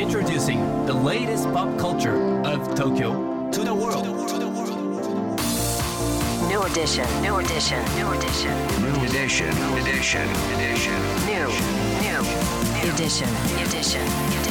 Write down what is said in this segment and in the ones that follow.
Introducing the latest pop culture of Tokyo to the world. New edition, new edition, new edition, New edition. new edition, edition.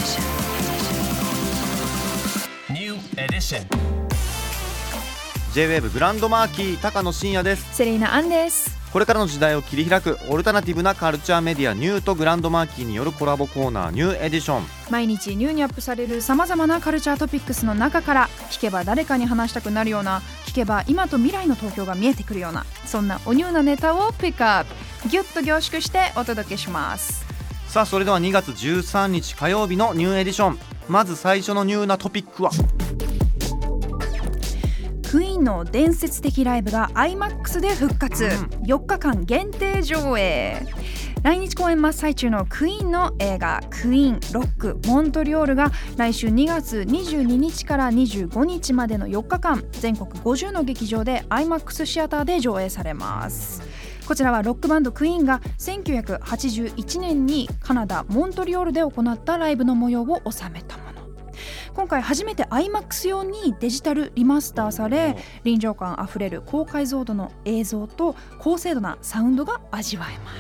New edition. J-WAVE グランドマーキー高野真也です。 セリーナアンです。 これからの時代を切り開くオルタナティブなカルチャーメディアニューとグランドマーキーによるコラボコーナーニューエディション。 毎日ニューにアップされるさまざまなカルチャートピックスの中から聞けば誰かに話したくなるような、聞けば今と未来の東京が見えてくるような、そんなおニューなネタをピックアップギュッと凝縮してお届けします。 さあそれでは2月13日火曜日のニューエディション。まず最初のニューなトピックはクイーンの伝説的ライブが IMAX で復活、4日間限定上映。来日公演真っ最中のクイーンの映画クイーンロックモントリオールが来週2月22日から25日までの4日間全国50の劇場で IMAX シアターで上映されます。こちらはロックバンドクイーンが1981年にカナダモントリオールで行ったライブの模様を収めたもの。今回初めて IMAX 用にデジタルリマスターされ、臨場感あふれる高解像度の映像と高精度なサウンドが味わえます。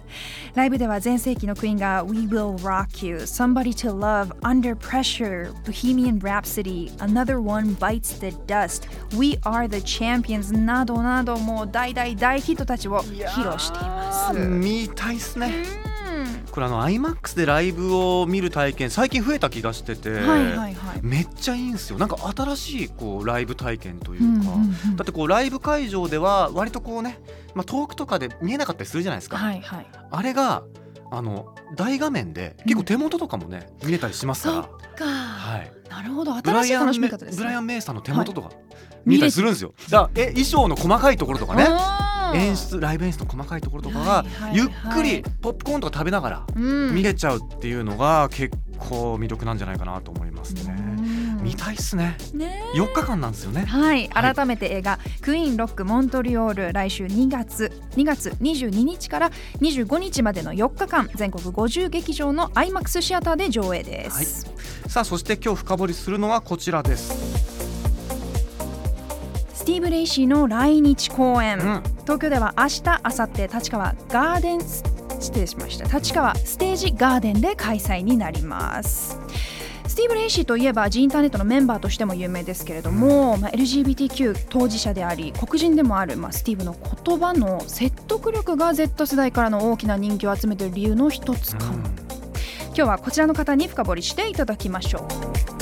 ライブでは全盛期のクイーンが We Will Rock You, Somebody to Love, Under Pressure, Bohemian Rhapsody, Another One Bites the Dust, We Are the Champions などなどもう大ヒットたちを披露しています。 見たいっすね。これIMAX でライブを見る体験最近増えた気がしてて、めっちゃいいんですよ。なんか新しいライブ体験というか、だってライブ会場では割とね、遠くとかで見えなかったりするじゃないですか、あれが大画面で結構手元とかもね、見れたりしますから。 そっか、なるほど、新しい楽しみ方ですね。 ブライアン・メイさんの手元とか見えたりするんですよ。だから衣装の細かいところとかね、ライブ演出の細かいところとかがゆっくりポップコーンとか食べながら見れちゃうっていうのが結構魅力なんじゃないかなと思いますね。見たいっすね。4日間なんですよね。 改めて映画クイーンロックモントリオール、来週2月22日から25日までの4日間全国50劇場の IMAX シアターで上映です。 さあそして今日深掘りするのはこちらです。 スティーブ・レイシーの来日公演、東京では明日明後日立川ステージガーデンで開催になります。スティーブ・レイシーといえばジインターネットのメンバーとしても有名ですけれども、LGBTQ 当事者であり黒人でもある、スティーブの言葉の説得力が Z 世代からの大きな人気を集めている理由の一つかも。今日はこちらの方に深掘りしていただきましょう。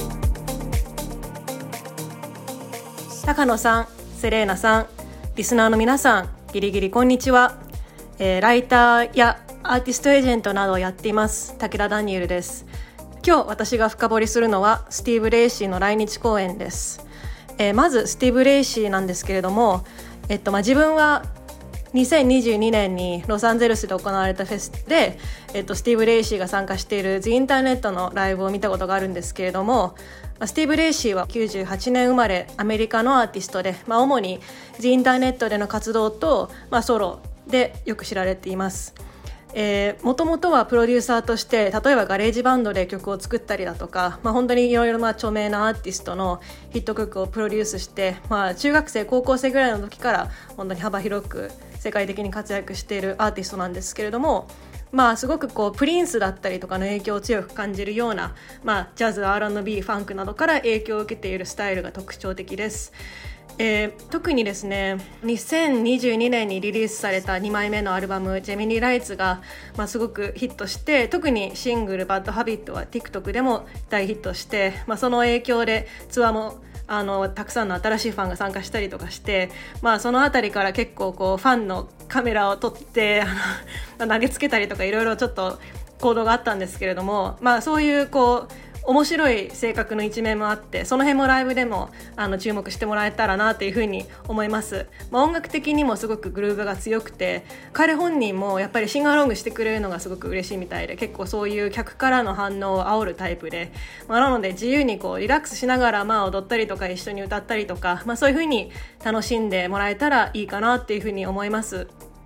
高野さん、セレーナさん、リスナーの皆さん、ギリギリこんにちは。ライターやアーティストエージェントなどをやっています武田ダニエルです。今日私が深掘りするのはスティーブ・レイシーの来日公演です。まずスティーブ・レイシーなんですけれども、自分は2022年にロサンゼルスで行われたフェスで、スティーブ・レイシーが参加しているジインターネットのライブを見たことがあるんですけれども、スティーブ・レイシーは98年生まれアメリカのアーティストで、主にジインターネットでの活動と、ソロでよく知られています。もともとはプロデューサーとして例えばガレージバンドで曲を作ったりだとか、本当にいろいろな著名なアーティストのヒット曲をプロデュースして、中学生高校生ぐらいの時から本当に幅広く世界的に活躍しているアーティストなんですけれども、すごくプリンスだったりとかの影響を強く感じるような、ジャズ、R&B、ファンクなどから影響を受けているスタイルが特徴的です。特にですね、2022年にリリースされた2枚目のアルバムジェミニー・ライツが、すごくヒットして、特にシングルバッド・ハビットは TikTok でも大ヒットして、その影響でツアーもたくさんの新しいファンが参加したりとかして、そのあたりから結構ファンのカメラを撮って投げつけたりとかいろいろちょっと行動があったんですけれども、そういう面白い性格の一面もあって、その辺もライブでも注目してもらえたらなというふうに思います。音楽的にもすごくグルーヴが強くて、彼本人もやっぱりシンガーロングしてくれるのがすごく嬉しいみたいで、結構そういう客からの反応を煽るタイプで、なので自由にリラックスしながら踊ったりとか一緒に歌ったりとか、そういうふうに楽しんでもらえたらいいかなっていうふうに思います。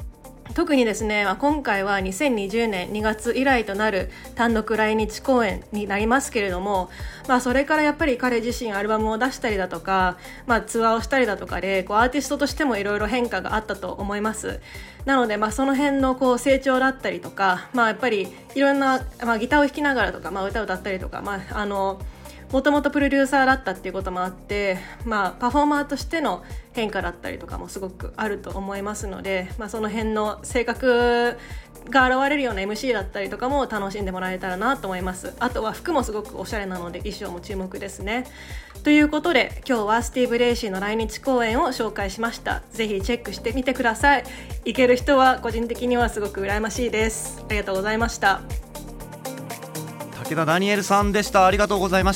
特にですね、今回は2020年2月以来となる単独来日公演になりますけれども、それからやっぱり彼自身アルバムを出したりだとか、ツアーをしたりだとかでアーティストとしてもいろいろ変化があったと思います。なので、その辺の成長だったりとか、やっぱりいろんな、ギターを弾きながらとか、歌を歌ったりとか、もともとプロデューサーだったっていうこともあって、パフォーマーとしての変化だったりとかもすごくあると思いますので、その辺の性格が現れるような MC だったりとかも楽しんでもらえたらなと思います。あとは服もすごくおしゃれなので衣装も注目ですね。ということで今日はスティーブ・レイシーの来日公演を紹介しました。ぜひチェックしてみてください。行ける人は個人的にはすごく羨ましいです。ありがとうございました。 武田ダニエルさんでした。ありがとうございました。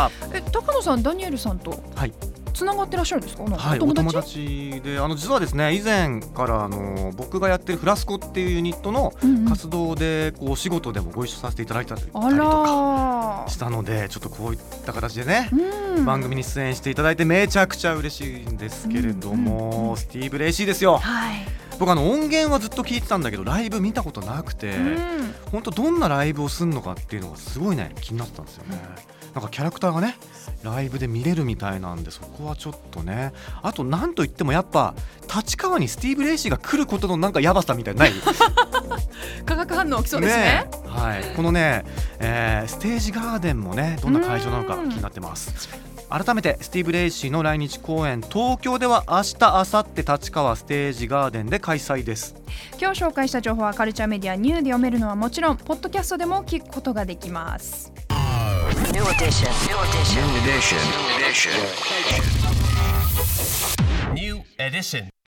高野さん、ダニエルさんとつながってらっしゃるんですか？ はい、お友達で、実はですね、以前から僕がやってるフラスコっていうユニットの活動でお仕事でもご一緒させていただいたりとかしたので、ちょっとこういった形でね、番組に出演していただいてめちゃくちゃ嬉しいんですけれども、スティーブ・レイシーですよ。僕音源はずっと聞いてたんだけどライブ見たことなくて、本当どんなライブをするのかっていうのがすごいね気になってたんですよね。なんかキャラクターがねライブで見れるみたいなんで、そこはちょっとね。あとなんといってもやっぱ立川にスティーブ・レイシーが来ることのなんかヤバさみたいなない化学反応起きそうですね。 はい、このね、ステージガーデンもねどんな会場なのか気になってます。改めてスティーブ・レイシーの来日公演、東京では明日明後日立川ステージガーデンで開催です。 今日紹介した情報はカルチャーメディアニューで読めるのはもちろんポッドキャストでも聞くことができます。 New edition. New edition.